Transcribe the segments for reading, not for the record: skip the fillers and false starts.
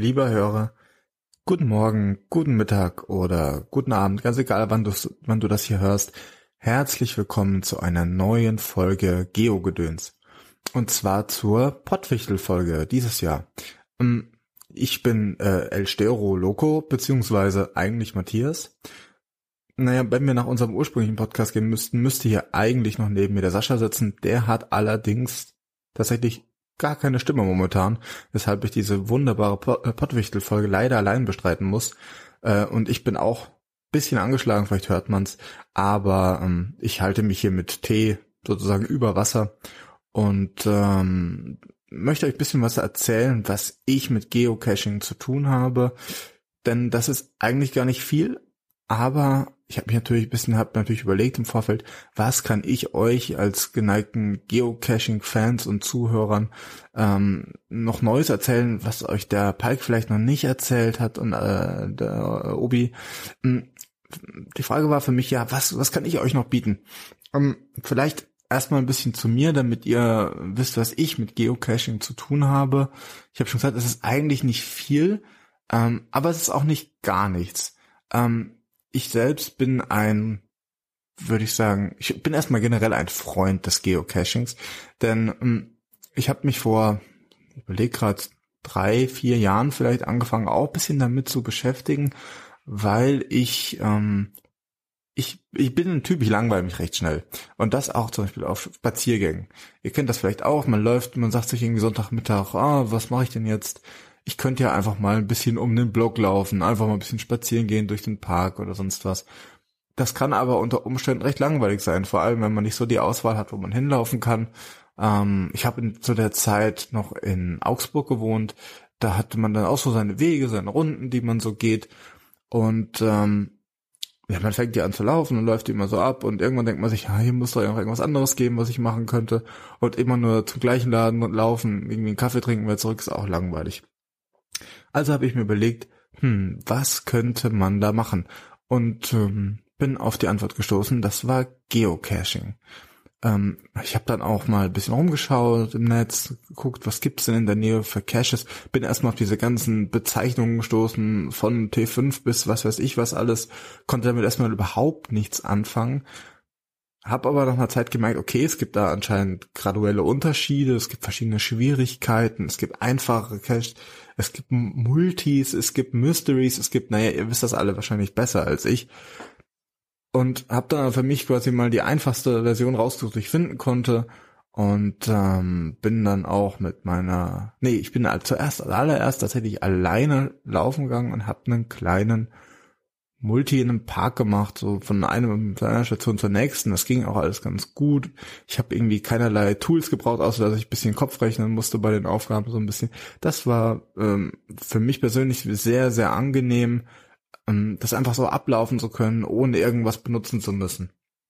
Lieber Hörer, guten Morgen, guten Mittag oder guten Abend, ganz egal, wann du das hier hörst. Herzlich willkommen zu einer neuen Folge Geo-Gedöns. Und zwar zur Pottwichtel-Folge dieses Jahr. Ich bin El Stero Loco, beziehungsweise eigentlich Matthias. Naja, wenn wir nach unserem ursprünglichen Podcast gehen müsste hier eigentlich noch neben mir der Sascha sitzen. Der hat allerdings tatsächlich gar keine Stimme momentan, weshalb ich diese wunderbare Pottwichtel-Folge leider allein bestreiten muss. Und ich bin auch ein bisschen angeschlagen, vielleicht hört man's, aber ich halte mich hier mit Tee sozusagen über Wasser und möchte euch ein bisschen was erzählen, was ich mit Geocaching zu tun habe, denn das ist eigentlich gar nicht viel, aber ich habe natürlich überlegt im Vorfeld, was kann ich euch als geneigten Geocaching-Fans und Zuhörern noch Neues erzählen, was euch der Palk vielleicht noch nicht erzählt hat und der Obi. Die Frage war für mich ja, was kann ich euch noch bieten? Vielleicht erstmal ein bisschen zu mir, damit ihr wisst, was ich mit Geocaching zu tun habe. Ich habe schon gesagt, es ist eigentlich nicht viel, aber es ist auch nicht gar nichts. Ich selbst bin ich bin erstmal generell ein Freund des Geocachings, denn ich habe mich ich überlege gerade 3-4 Jahren vielleicht angefangen, auch ein bisschen damit zu beschäftigen, weil ich bin ein Typ, ich langweile mich recht schnell. Und das auch zum Beispiel auf Spaziergängen. Ihr kennt das vielleicht auch, man sagt sich irgendwie Sonntagmittag, was mache ich denn jetzt? Ich könnte ja einfach mal ein bisschen um den Block laufen, einfach mal ein bisschen spazieren gehen durch den Park oder sonst was. Das kann aber unter Umständen recht langweilig sein, vor allem wenn man nicht so die Auswahl hat, wo man hinlaufen kann. Ich habe zu der Zeit noch in Augsburg gewohnt, da hatte man dann auch so seine Wege, seine Runden, die man so geht und man fängt ja an zu laufen und läuft immer so ab und irgendwann denkt man sich, hier muss doch irgendwas anderes geben, was ich machen könnte und immer nur zum gleichen Laden und laufen, irgendwie einen Kaffee trinken, wieder zurück, ist auch langweilig. Also habe ich mir überlegt, was könnte man da machen? Und bin auf die Antwort gestoßen, das war Geocaching. Ich habe dann auch mal ein bisschen rumgeschaut im Netz, geguckt, was gibt's denn in der Nähe für Caches. Bin erstmal auf diese ganzen Bezeichnungen gestoßen, von T5 bis was weiß ich was alles, konnte damit erstmal überhaupt nichts anfangen. Hab aber nach einer Zeit gemerkt, okay, es gibt da anscheinend graduelle Unterschiede, es gibt verschiedene Schwierigkeiten, es gibt einfache Caches, es gibt Multis, es gibt Mysteries, ihr wisst das alle wahrscheinlich besser als ich. Und hab dann für mich quasi mal die einfachste Version rausgesucht, die ich finden konnte und bin dann auch ich bin zuallererst tatsächlich alleine laufen gegangen und hab einen kleinen Multi in einem Park gemacht, so von einer Station zur nächsten. Das ging auch alles ganz gut. Ich habe irgendwie keinerlei Tools gebraucht, außer dass ich ein bisschen Kopf rechnen musste bei den Aufgaben so ein bisschen. Das war für mich persönlich sehr, sehr angenehm, das einfach so ablaufen zu können, ohne irgendwas benutzen zu müssen.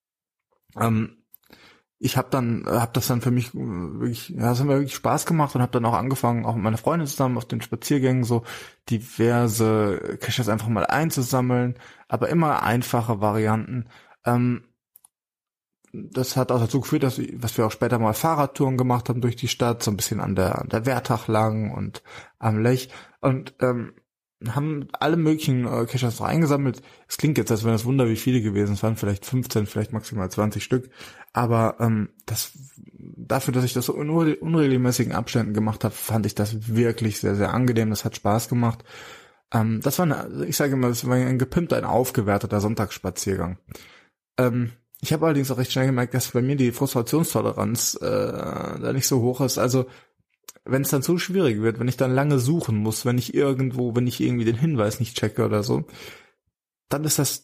Ich habe das dann für mich wirklich, es hat mir wirklich Spaß gemacht und habe dann auch angefangen, auch mit meiner Freundin zusammen auf den Spaziergängen so diverse Caches einfach mal einzusammeln, aber immer einfache Varianten. Das hat auch dazu geführt, dass wir auch später mal Fahrradtouren gemacht haben durch die Stadt, so ein bisschen an der Werdach lang und am Lech und haben alle möglichen Caches noch eingesammelt. Es klingt jetzt, als wären das Wunder, wie viele gewesen. Es waren vielleicht 15, vielleicht maximal 20 Stück. Aber dafür, dass ich das so in unregelmäßigen Abständen gemacht habe, fand ich das wirklich sehr, sehr angenehm. Das hat Spaß gemacht. Das war ein gepimpter, ein aufgewerteter Sonntagsspaziergang. Ich habe allerdings auch recht schnell gemerkt, dass bei mir die Frustrationstoleranz da nicht so hoch ist. Also wenn es dann zu schwierig wird, wenn ich dann lange suchen muss, wenn ich irgendwie den Hinweis nicht checke oder so, dann ist das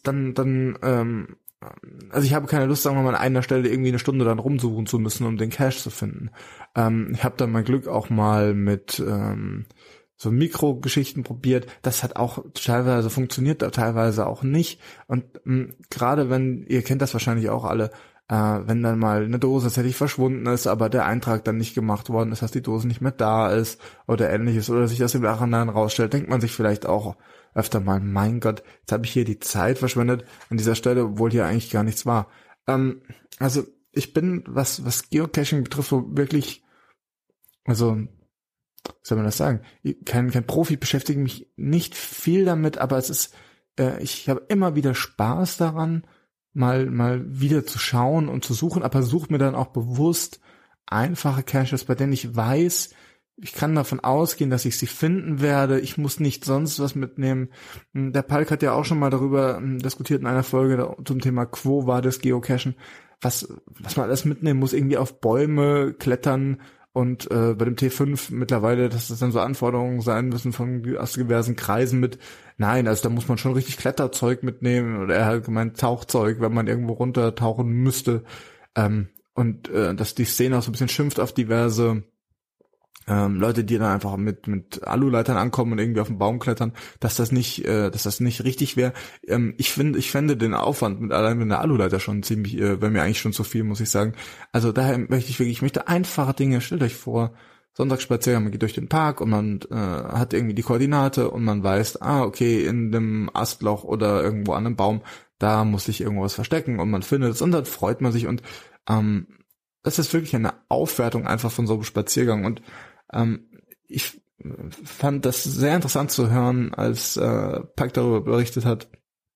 also ich habe keine Lust, sagen wir mal, an einer Stelle irgendwie eine Stunde dann rumsuchen zu müssen, um den Cache zu finden. Ich habe dann mein Glück auch mal mit so Mikrogeschichten probiert. Das hat auch teilweise funktioniert, teilweise auch nicht. Und gerade wenn, ihr kennt das wahrscheinlich auch alle, wenn dann mal eine Dose tatsächlich verschwunden ist, aber der Eintrag dann nicht gemacht worden ist, dass die Dose nicht mehr da ist oder ähnliches, oder sich das im Nachhinein rausstellt, denkt man sich vielleicht auch öfter mal, mein Gott, jetzt habe ich hier die Zeit verschwendet an dieser Stelle, obwohl hier eigentlich gar nichts war. Also ich bin, was Geocaching betrifft, so wirklich, also wie soll man das sagen? Kein Profi, beschäftige mich nicht viel damit, aber es ist, ich habe immer wieder Spaß daran, mal wieder zu schauen und zu suchen, aber suche mir dann auch bewusst einfache Caches, bei denen ich weiß, ich kann davon ausgehen, dass ich sie finden werde. Ich muss nicht sonst was mitnehmen. Der Palk hat ja auch schon mal darüber diskutiert in einer Folge zum Thema Quo war das Geocachen. Was man alles mitnehmen muss, irgendwie auf Bäume klettern und bei dem T5 mittlerweile, dass das dann so Anforderungen sein müssen aus diversen Kreisen mit. Nein, also da muss man schon richtig Kletterzeug mitnehmen oder er hat gemeint Tauchzeug, wenn man irgendwo runtertauchen müsste. Und dass die Szene auch so ein bisschen schimpft auf diverse Leute, die dann einfach mit Aluleitern ankommen und irgendwie auf den Baum klettern, dass das nicht richtig wäre. Ich fände den Aufwand mit allein mit einer Aluleiter schon ziemlich, wäre mir eigentlich schon zu viel, muss ich sagen. Also daher ich möchte einfache Dinge. Stellt euch vor, Sonntagsspaziergang, man geht durch den Park und man hat irgendwie die Koordinate und man weiß, okay, in dem Astloch oder irgendwo an einem Baum, da muss sich irgendwas verstecken und man findet es und dann freut man sich und das ist wirklich eine Aufwertung einfach von so einem Spaziergang und ich fand das sehr interessant zu hören, als Pike darüber berichtet hat,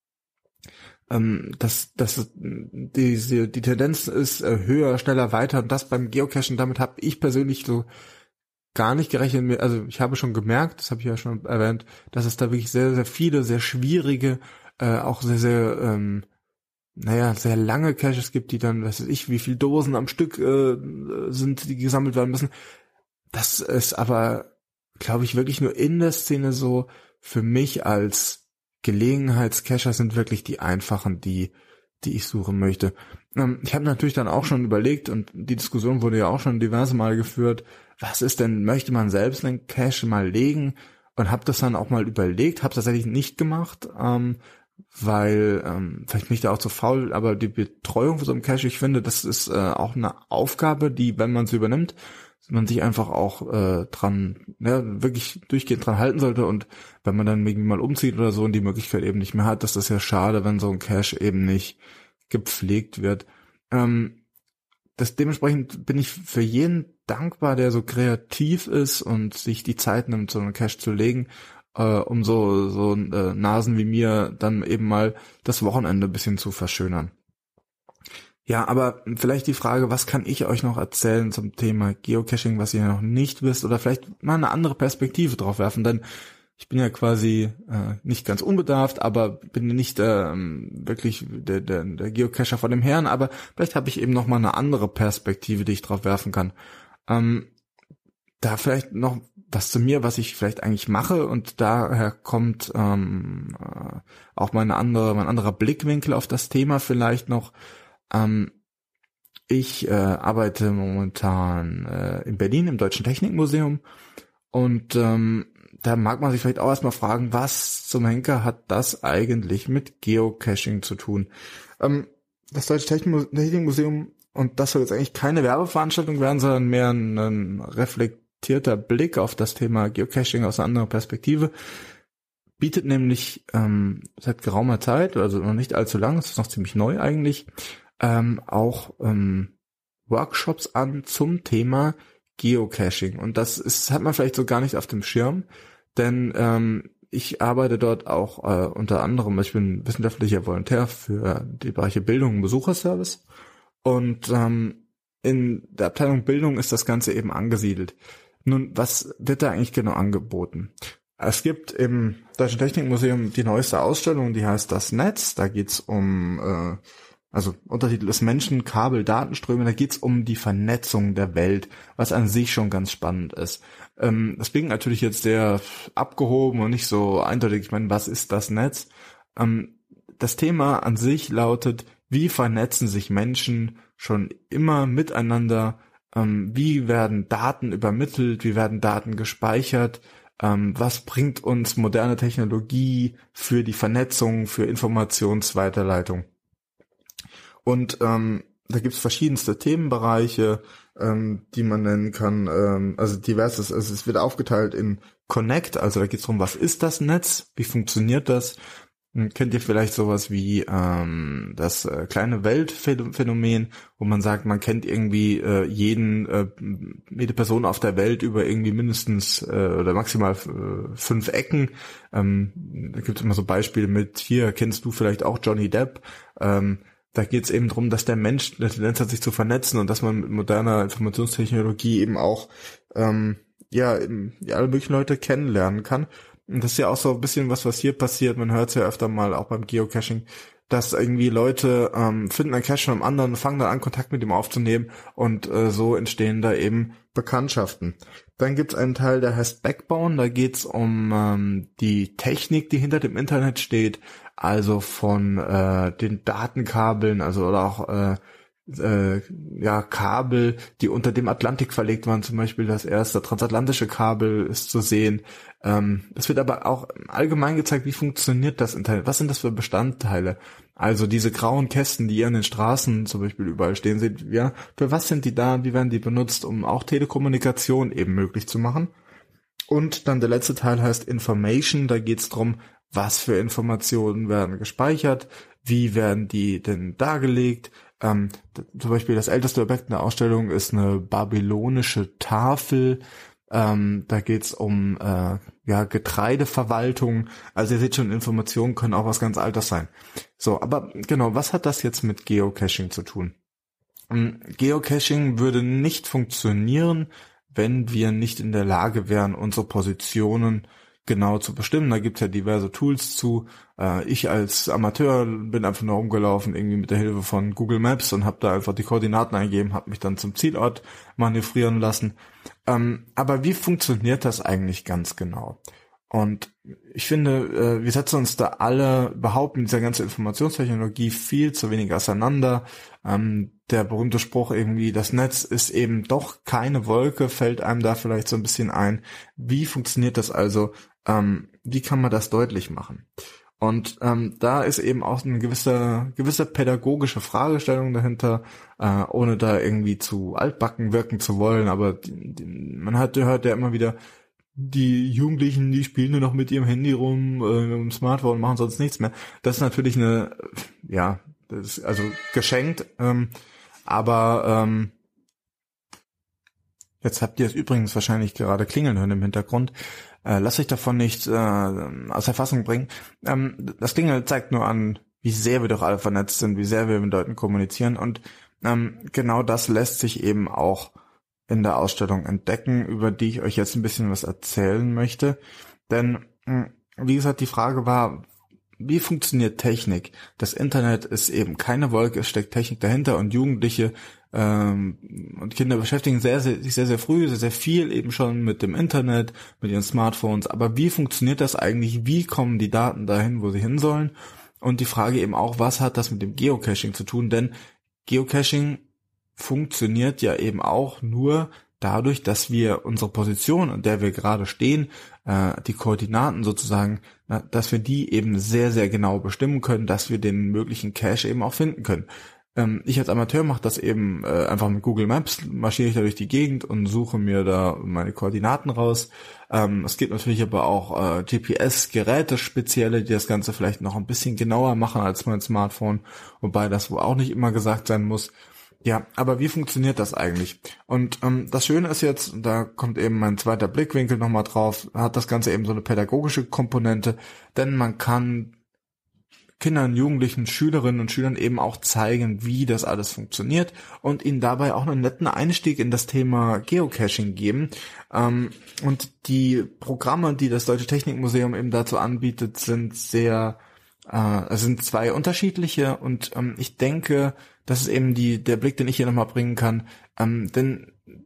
dass die Tendenz ist höher, schneller, weiter und das beim Geocachen, damit habe ich persönlich so gar nicht gerechnet. Also ich habe schon gemerkt, das habe ich ja schon erwähnt, dass es da wirklich sehr, sehr viele, sehr schwierige, auch sehr, sehr sehr lange Caches gibt, die dann, weiß ich, wie viel Dosen am Stück sind, die gesammelt werden müssen. Das ist aber, glaube ich, wirklich nur in der Szene so. Für mich als Gelegenheitscacher sind wirklich die einfachen, die ich suchen möchte. Ich habe natürlich dann auch schon überlegt und die Diskussion wurde ja auch schon diverse Mal geführt, was ist denn, möchte man selbst einen Cache mal legen? Und habe das dann auch mal überlegt, habe tatsächlich nicht gemacht, weil vielleicht bin ich da auch zu faul, aber die Betreuung von so einem Cache, ich finde, das ist auch eine Aufgabe, die, wenn man sie übernimmt, man sich einfach auch wirklich durchgehend dran halten sollte und wenn man dann irgendwie mal umzieht oder so und die Möglichkeit eben nicht mehr hat, das ist ja schade, wenn so ein Cache eben nicht gepflegt wird. Dementsprechend bin ich für jeden dankbar, der so kreativ ist und sich die Zeit nimmt, so einen Cache zu legen, um so Nasen wie mir dann eben mal das Wochenende ein bisschen zu verschönern. Ja, aber vielleicht die Frage, was kann ich euch noch erzählen zum Thema Geocaching, was ihr noch nicht wisst oder vielleicht mal eine andere Perspektive drauf werfen, denn ich bin ja quasi nicht ganz unbedarft, aber bin nicht wirklich der Geocacher vor dem Herrn, aber vielleicht habe ich eben noch mal eine andere Perspektive, die ich drauf werfen kann. Da vielleicht noch was zu mir, was ich vielleicht eigentlich mache und daher kommt auch mein anderer Blickwinkel auf das Thema vielleicht noch. Ich arbeite momentan in Berlin im Deutschen Technikmuseum und da mag man sich vielleicht auch erstmal fragen, was zum Henker hat das eigentlich mit Geocaching zu tun? Das Deutsche Technikmuseum, und das soll jetzt eigentlich keine Werbeveranstaltung werden, sondern mehr ein reflektierter Blick auf das Thema Geocaching aus einer anderen Perspektive, bietet nämlich seit geraumer Zeit, also noch nicht allzu lang, es ist noch ziemlich neu eigentlich, auch Workshops an zum Thema Geocaching. Und hat man vielleicht so gar nicht auf dem Schirm, denn ich arbeite dort auch unter anderem, ich bin wissenschaftlicher Volontär für die Bereiche Bildung und Besucherservice. Und in der Abteilung Bildung ist das Ganze eben angesiedelt. Nun, was wird da eigentlich genau angeboten? Es gibt im Deutschen Technikmuseum die neueste Ausstellung, die heißt Das Netz. Da geht's um Untertitel ist Menschen, Kabel, Datenströme, da geht's um die Vernetzung der Welt, was an sich schon ganz spannend ist. Das klingt natürlich jetzt sehr abgehoben und nicht so eindeutig. Ich meine, was ist das Netz? Das Thema an sich lautet, wie vernetzen sich Menschen schon immer miteinander? Wie werden Daten übermittelt? Wie werden Daten gespeichert? Was bringt uns moderne Technologie für die Vernetzung, für Informationsweiterleitung? Und da gibt's verschiedenste Themenbereiche, die man nennen kann, also diverses, es wird aufgeteilt in Connect, also da geht's darum, was ist das Netz, wie funktioniert das, Kennt ihr vielleicht sowas wie das kleine Weltphänomen, wo man sagt, man kennt irgendwie jede Person auf der Welt über irgendwie mindestens oder maximal 5 Ecken. Da gibt es immer so Beispiele mit, hier kennst du vielleicht auch Johnny Depp. Da geht es eben darum, dass der Mensch eine Tendenz hat, sich zu vernetzen und dass man mit moderner Informationstechnologie eben auch alle möglichen Leute kennenlernen kann. Und das ist ja auch so ein bisschen was hier passiert. Man hört es ja öfter mal auch beim Geocaching, dass irgendwie Leute finden einen Cache von einem anderen und fangen dann an, Kontakt mit ihm aufzunehmen und so entstehen da eben Bekanntschaften. Dann gibt es einen Teil, der heißt Backbone. Da geht es um die Technik, die hinter dem Internet steht, also von den Datenkabeln, also oder auch Kabel, die unter dem Atlantik verlegt waren, zum Beispiel das erste transatlantische Kabel ist zu sehen. Es wird aber auch allgemein gezeigt, wie funktioniert das Internet, was sind das für Bestandteile. Also diese grauen Kästen, die ihr an den Straßen zum Beispiel überall stehen seht, ja, für was sind die da, wie werden die benutzt, um auch Telekommunikation eben möglich zu machen. Und dann der letzte Teil heißt Information, da geht es darum, was für Informationen werden gespeichert, wie werden die denn dargelegt. Zum Beispiel das älteste Objekt in der Ausstellung ist eine babylonische Tafel. Da geht's um Getreideverwaltung. Also ihr seht schon, Informationen können auch was ganz Altes sein. So, aber genau, was hat das jetzt mit Geocaching zu tun? Geocaching würde nicht funktionieren, wenn wir nicht in der Lage wären, unsere Positionen genau zu bestimmen. Da gibt's ja diverse Tools zu. Ich als Amateur bin einfach nur rumgelaufen, irgendwie mit der Hilfe von Google Maps und habe da einfach die Koordinaten eingegeben, habe mich dann zum Zielort manövrieren lassen. Aber wie funktioniert das eigentlich ganz genau? Und ich finde, wir setzen uns da alle überhaupt mit dieser ganzen Informationstechnologie viel zu wenig auseinander. Der berühmte Spruch irgendwie, das Netz ist eben doch keine Wolke, fällt einem da vielleicht so ein bisschen ein. Wie funktioniert das also? Wie kann man das deutlich machen? Und da ist eben auch eine gewisse pädagogische Fragestellung dahinter, ohne da irgendwie zu altbacken wirken zu wollen. Aber hört ja immer wieder, die Jugendlichen, die spielen nur noch mit ihrem Handy rum, mit dem Smartphone, machen sonst nichts mehr. Das ist natürlich das ist also geschenkt, aber jetzt habt ihr es übrigens wahrscheinlich gerade klingeln hören im Hintergrund. Lasst euch davon nicht aus der Fassung bringen. Das Klingeln zeigt nur an, wie sehr wir doch alle vernetzt sind, wie sehr wir mit Leuten kommunizieren und genau das lässt sich eben auch in der Ausstellung entdecken, über die ich euch jetzt ein bisschen was erzählen möchte. Denn, wie gesagt, die Frage war, wie funktioniert Technik? Das Internet ist eben keine Wolke, es steckt Technik dahinter und Jugendliche und Kinder beschäftigen sich sehr, sehr früh, sehr, sehr viel eben schon mit dem Internet, mit ihren Smartphones. Aber wie funktioniert das eigentlich? Wie kommen die Daten dahin, wo sie hin sollen? Und die Frage eben auch, was hat das mit dem Geocaching zu tun? Denn Geocaching funktioniert ja eben auch nur dadurch, dass wir unsere Position, an der wir gerade stehen, die Koordinaten sozusagen, dass wir die eben sehr, sehr genau bestimmen können, dass wir den möglichen Cache eben auch finden können. Ich als Amateur mache das eben einfach mit Google Maps, marschiere ich da durch die Gegend und suche mir da meine Koordinaten raus. Es gibt natürlich aber auch GPS-Geräte spezielle, die das Ganze vielleicht noch ein bisschen genauer machen als mein Smartphone, wobei das wohl auch nicht immer gesagt sein muss. Ja, aber wie funktioniert das eigentlich? Und das Schöne ist jetzt, da kommt eben mein zweiter Blickwinkel nochmal drauf, hat das Ganze eben so eine pädagogische Komponente, denn man kann Kindern, Jugendlichen, Schülerinnen und Schülern eben auch zeigen, wie das alles funktioniert und ihnen dabei auch einen netten Einstieg in das Thema Geocaching geben. Und die Programme, die das Deutsche Technikmuseum eben dazu anbietet, sind sind zwei unterschiedliche und ich denke, das ist eben der Blick, den ich hier nochmal bringen kann, denn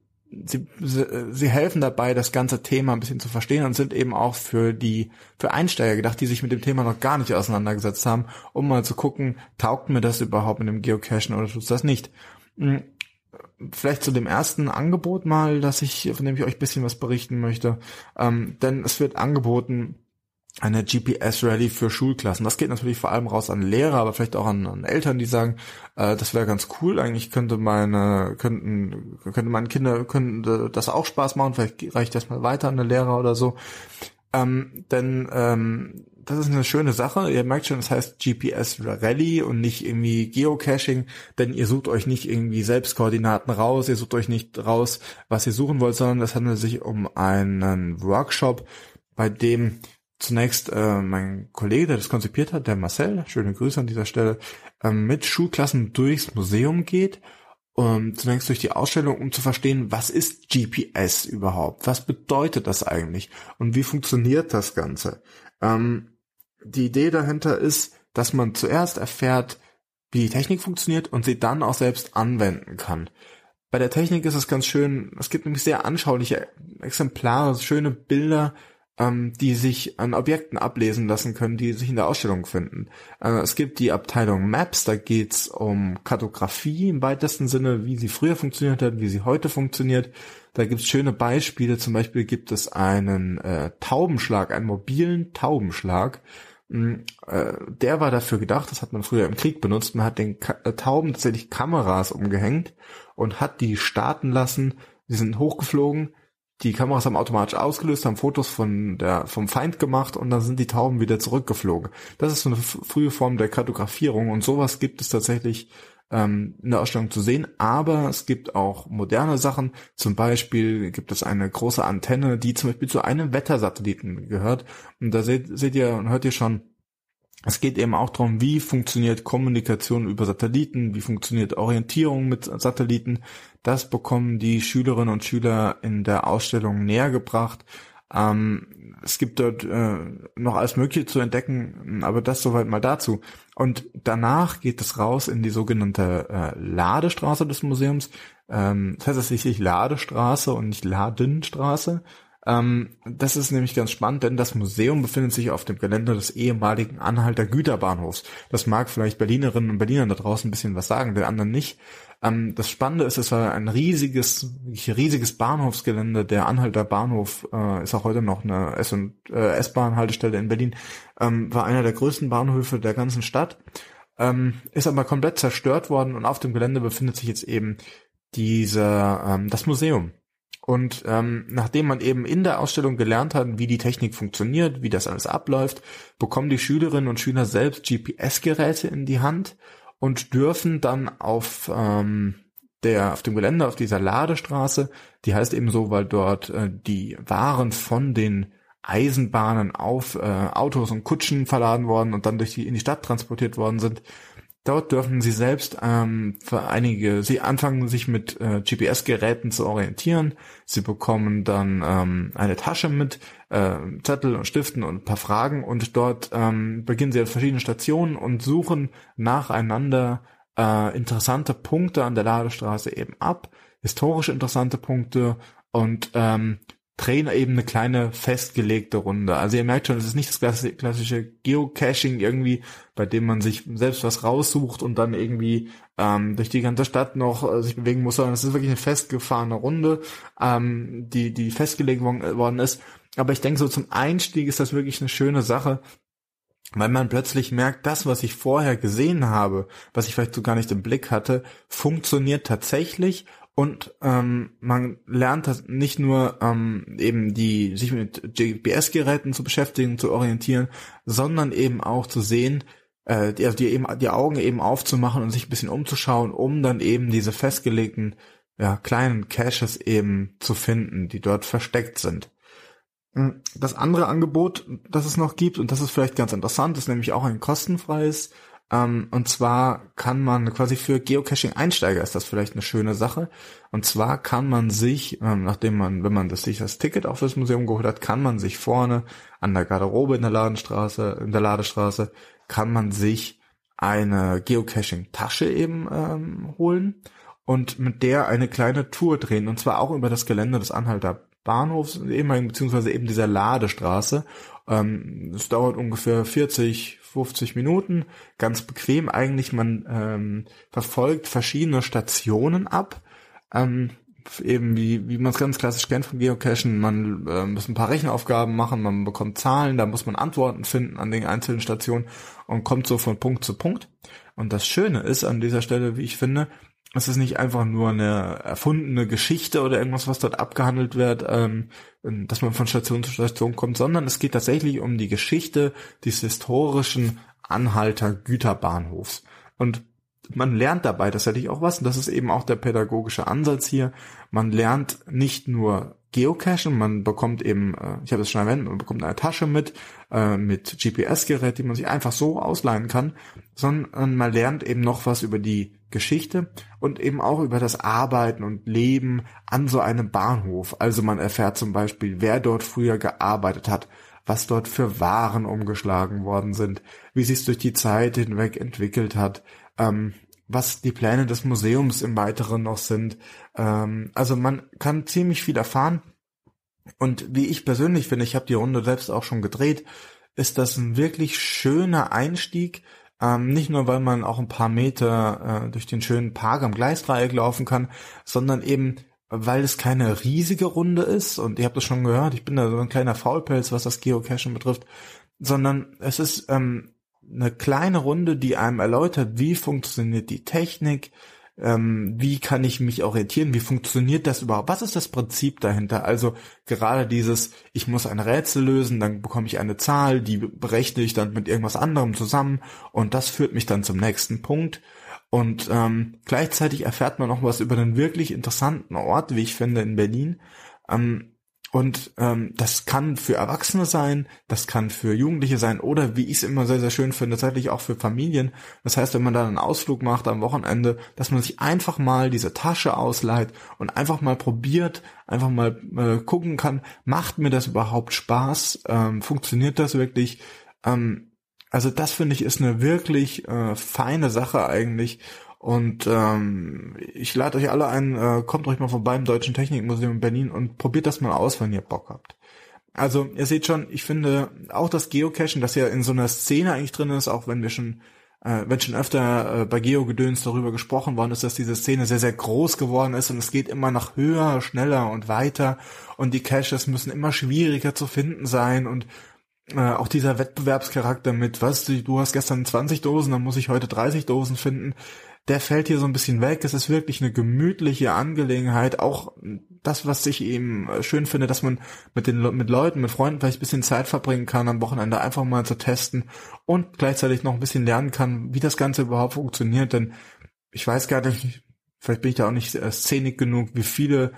sie helfen dabei, das ganze Thema ein bisschen zu verstehen und sind eben auch für Einsteiger gedacht, die sich mit dem Thema noch gar nicht auseinandergesetzt haben, um mal zu gucken, taugt mir das überhaupt mit dem Geocachen oder tut es das nicht. Vielleicht zu dem ersten Angebot mal, von dem ich euch ein bisschen was berichten möchte, denn es wird angeboten, eine GPS-Rally für Schulklassen. Das geht natürlich vor allem raus an Lehrer, aber vielleicht auch an Eltern, die sagen, das wäre ganz cool. Eigentlich könnten meine Kinder das auch Spaß machen. Vielleicht reicht das mal weiter an eine Lehrer oder so. Denn das ist eine schöne Sache. Ihr merkt schon, es heißt GPS Rally und nicht irgendwie Geocaching, denn ihr sucht euch nicht irgendwie selbst Koordinaten raus, ihr sucht euch nicht raus, was ihr suchen wollt, sondern es handelt sich um einen Workshop, bei dem zunächst mein Kollege, der das konzipiert hat, der Marcel, schöne Grüße an dieser Stelle, mit Schulklassen durchs Museum geht, zunächst durch die Ausstellung, um zu verstehen, was ist GPS überhaupt? Was bedeutet das eigentlich? Und wie funktioniert das Ganze? Die Idee dahinter ist, dass man zuerst erfährt, wie die Technik funktioniert und sie dann auch selbst anwenden kann. Bei der Technik ist es ganz schön, es gibt nämlich sehr anschauliche Exemplare, schöne Bilder, die sich an Objekten ablesen lassen können, die sich in der Ausstellung finden. Es gibt die Abteilung Maps, da geht's um Kartografie im weitesten Sinne, wie sie früher funktioniert hat, wie sie heute funktioniert. Da gibt's schöne Beispiele, zum Beispiel gibt es einen Taubenschlag, einen mobilen Taubenschlag. Der war dafür gedacht, das hat man früher im Krieg benutzt, man hat den Tauben tatsächlich Kameras umgehängt und hat die starten lassen, die sind hochgeflogen, die Kameras haben automatisch ausgelöst, haben Fotos vom Feind gemacht und dann sind die Tauben wieder zurückgeflogen. Das ist so eine frühe Form der Kartografierung und sowas gibt es tatsächlich in der Ausstellung zu sehen, aber es gibt auch moderne Sachen. Zum Beispiel gibt es eine große Antenne, die zum Beispiel zu einem Wettersatelliten gehört und da seht ihr und hört ihr schon, es geht eben auch darum, wie funktioniert Kommunikation über Satelliten, wie funktioniert Orientierung mit Satelliten. Das bekommen die Schülerinnen und Schüler in der Ausstellung näher gebracht. Es gibt dort noch alles Mögliche zu entdecken, aber das soweit mal dazu. Und danach geht es raus in die sogenannte Ladestraße des Museums. Das heißt tatsächlich Ladestraße und nicht Ladenstraße. Das ist nämlich ganz spannend, denn das Museum befindet sich auf dem Gelände des ehemaligen Anhalter Güterbahnhofs. Das mag vielleicht Berlinerinnen und Berlinern da draußen ein bisschen was sagen, den anderen nicht. Das Spannende ist, es war ein riesiges Bahnhofsgelände. Der Anhalter Bahnhof ist auch heute noch eine S-Bahn-Haltestelle in Berlin, war einer der größten Bahnhöfe der ganzen Stadt, ist aber komplett zerstört worden und auf dem Gelände befindet sich jetzt eben das Museum. Und nachdem man eben in der Ausstellung gelernt hat, wie die Technik funktioniert, wie das alles abläuft, bekommen die Schülerinnen und Schüler selbst GPS-Geräte in die Hand und dürfen dann auf dem Gelände, auf dieser Ladestraße, die heißt eben so, weil dort die Waren von den Eisenbahnen auf Autos und Kutschen verladen worden und dann in die Stadt transportiert worden sind. Dort dürfen sie selbst sie anfangen, sich mit GPS-Geräten zu orientieren. Sie bekommen dann eine Tasche mit Zettel und Stiften und ein paar Fragen und dort beginnen sie an verschiedenen Stationen und suchen nacheinander interessante Punkte an der Ladestraße eben ab, historisch interessante Punkte und drehen eben eine kleine festgelegte Runde. Also ihr merkt schon, es ist nicht das klassische Geocaching irgendwie, bei dem man sich selbst was raussucht und dann irgendwie durch die ganze Stadt noch sich bewegen muss, sondern es ist wirklich eine festgefahrene Runde, die festgelegt worden ist. Aber ich denke, so zum Einstieg ist das wirklich eine schöne Sache, weil man plötzlich merkt, das, was ich vorher gesehen habe, was ich vielleicht so gar nicht im Blick hatte, funktioniert tatsächlich. Und man lernt das nicht nur eben sich mit GPS-Geräten zu beschäftigen, zu orientieren, sondern eben auch zu sehen, die Augen eben aufzumachen und sich ein bisschen umzuschauen, um dann eben diese festgelegten kleinen Caches eben zu finden, die dort versteckt sind. Das andere Angebot, das es noch gibt, und das ist vielleicht ganz interessant, ist nämlich auch ein kostenfreies. Und zwar kann man quasi für Geocaching-Einsteiger ist das vielleicht eine schöne Sache. Und zwar kann man sich, wenn man sich das Ticket auch fürs Museum geholt hat, kann man sich vorne an der Garderobe in der Ladestraße, kann man sich eine Geocaching-Tasche eben holen und mit der eine kleine Tour drehen. Und zwar auch über das Gelände des Anhalter Bahnhofs, beziehungsweise eben dieser Ladestraße. Es dauert ungefähr 50 Minuten, ganz bequem eigentlich. Man verfolgt verschiedene Stationen ab, eben wie man es ganz klassisch kennt vom Geocachen. Man muss ein paar Rechenaufgaben machen, man bekommt Zahlen, da muss man Antworten finden an den einzelnen Stationen und kommt so von Punkt zu Punkt. Und das Schöne ist an dieser Stelle, wie ich finde, es ist nicht einfach nur eine erfundene Geschichte oder irgendwas, was dort abgehandelt wird, dass man von Station zu Station kommt, sondern es geht tatsächlich um die Geschichte des historischen Anhalter Güterbahnhofs. Und man lernt dabei tatsächlich auch was, und das ist eben auch der pädagogische Ansatz hier. Man lernt nicht nur Geocachen, man bekommt eben, ich habe es schon erwähnt, man bekommt eine Tasche mit GPS-Gerät, die man sich einfach so ausleihen kann, sondern man lernt eben noch was über die Geschichte und eben auch über das Arbeiten und Leben an so einem Bahnhof. Also man erfährt zum Beispiel, wer dort früher gearbeitet hat, was dort für Waren umgeschlagen worden sind, wie sich es durch die Zeit hinweg entwickelt hat, was die Pläne des Museums im Weiteren noch sind. Also man kann ziemlich viel erfahren. Und wie ich persönlich finde, ich habe die Runde selbst auch schon gedreht, ist das ein wirklich schöner Einstieg. Nicht nur, weil man auch ein paar Meter durch den schönen Park am Gleisdreieck laufen kann, sondern eben, weil es keine riesige Runde ist. Und ihr habt das schon gehört, ich bin da so ein kleiner Faulpelz, was das Geocachen betrifft. Sondern es ist eine kleine Runde, die einem erläutert, wie funktioniert die Technik, wie kann ich mich orientieren, wie funktioniert das überhaupt, was ist das Prinzip dahinter, also gerade dieses, ich muss ein Rätsel lösen, dann bekomme ich eine Zahl, die berechne ich dann mit irgendwas anderem zusammen und das führt mich dann zum nächsten Punkt und gleichzeitig erfährt man noch was über einen wirklich interessanten Ort, wie ich finde, in Berlin, und das kann für Erwachsene sein, das kann für Jugendliche sein oder, wie ich es immer sehr, sehr schön finde, tatsächlich auch für Familien. Das heißt, wenn man dann einen Ausflug macht am Wochenende, dass man sich einfach mal diese Tasche ausleiht und einfach mal probiert, einfach mal gucken kann, macht mir das überhaupt Spaß? Funktioniert das wirklich? Also das, finde ich, ist eine wirklich feine Sache eigentlich. Und ich lade euch alle ein, kommt euch mal vorbei im Deutschen Technikmuseum in Berlin und probiert das mal aus, wenn ihr Bock habt. Also ihr seht schon, ich finde auch das Geocachen, das ja in so einer Szene eigentlich drin ist, auch wenn schon öfter bei Geogedöns darüber gesprochen worden ist, dass diese Szene sehr, sehr groß geworden ist und es geht immer nach höher, schneller und weiter und die Caches müssen immer schwieriger zu finden sein und auch dieser Wettbewerbscharakter mit, was, du hast gestern 20 Dosen, dann muss ich heute 30 Dosen finden, der fällt hier so ein bisschen weg. Es ist wirklich eine gemütliche Angelegenheit. Auch das, was ich eben schön finde, dass man mit Leuten, mit Freunden vielleicht ein bisschen Zeit verbringen kann, am Wochenende einfach mal zu testen und gleichzeitig noch ein bisschen lernen kann, wie das Ganze überhaupt funktioniert. Denn ich weiß gar nicht, vielleicht bin ich da auch nicht szenig genug, wie viele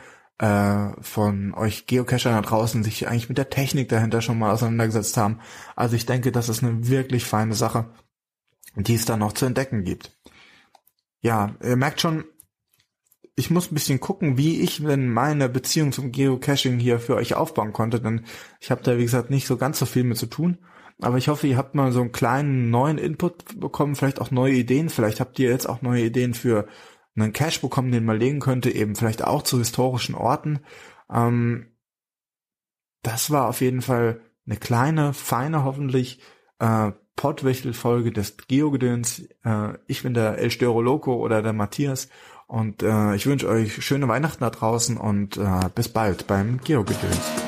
von euch Geocacher da draußen sich eigentlich mit der Technik dahinter schon mal auseinandergesetzt haben. Also ich denke, das ist eine wirklich feine Sache, die es da noch zu entdecken gibt. Ja, ihr merkt schon, ich muss ein bisschen gucken, wie ich denn meine Beziehung zum Geocaching hier für euch aufbauen konnte, denn ich habe da, wie gesagt, nicht so ganz so viel mit zu tun. Aber ich hoffe, ihr habt mal so einen kleinen neuen Input bekommen, vielleicht auch neue Ideen. Vielleicht habt ihr jetzt auch neue Ideen für einen Cache bekommen, den man legen könnte, eben vielleicht auch zu historischen Orten. Das war auf jeden Fall eine kleine, feine, hoffentlich Pottwichtel-Folge des Geogedöns. Ich bin der El Störoloco oder der Matthias und ich wünsche euch schöne Weihnachten da draußen und bis bald beim Geogedöns.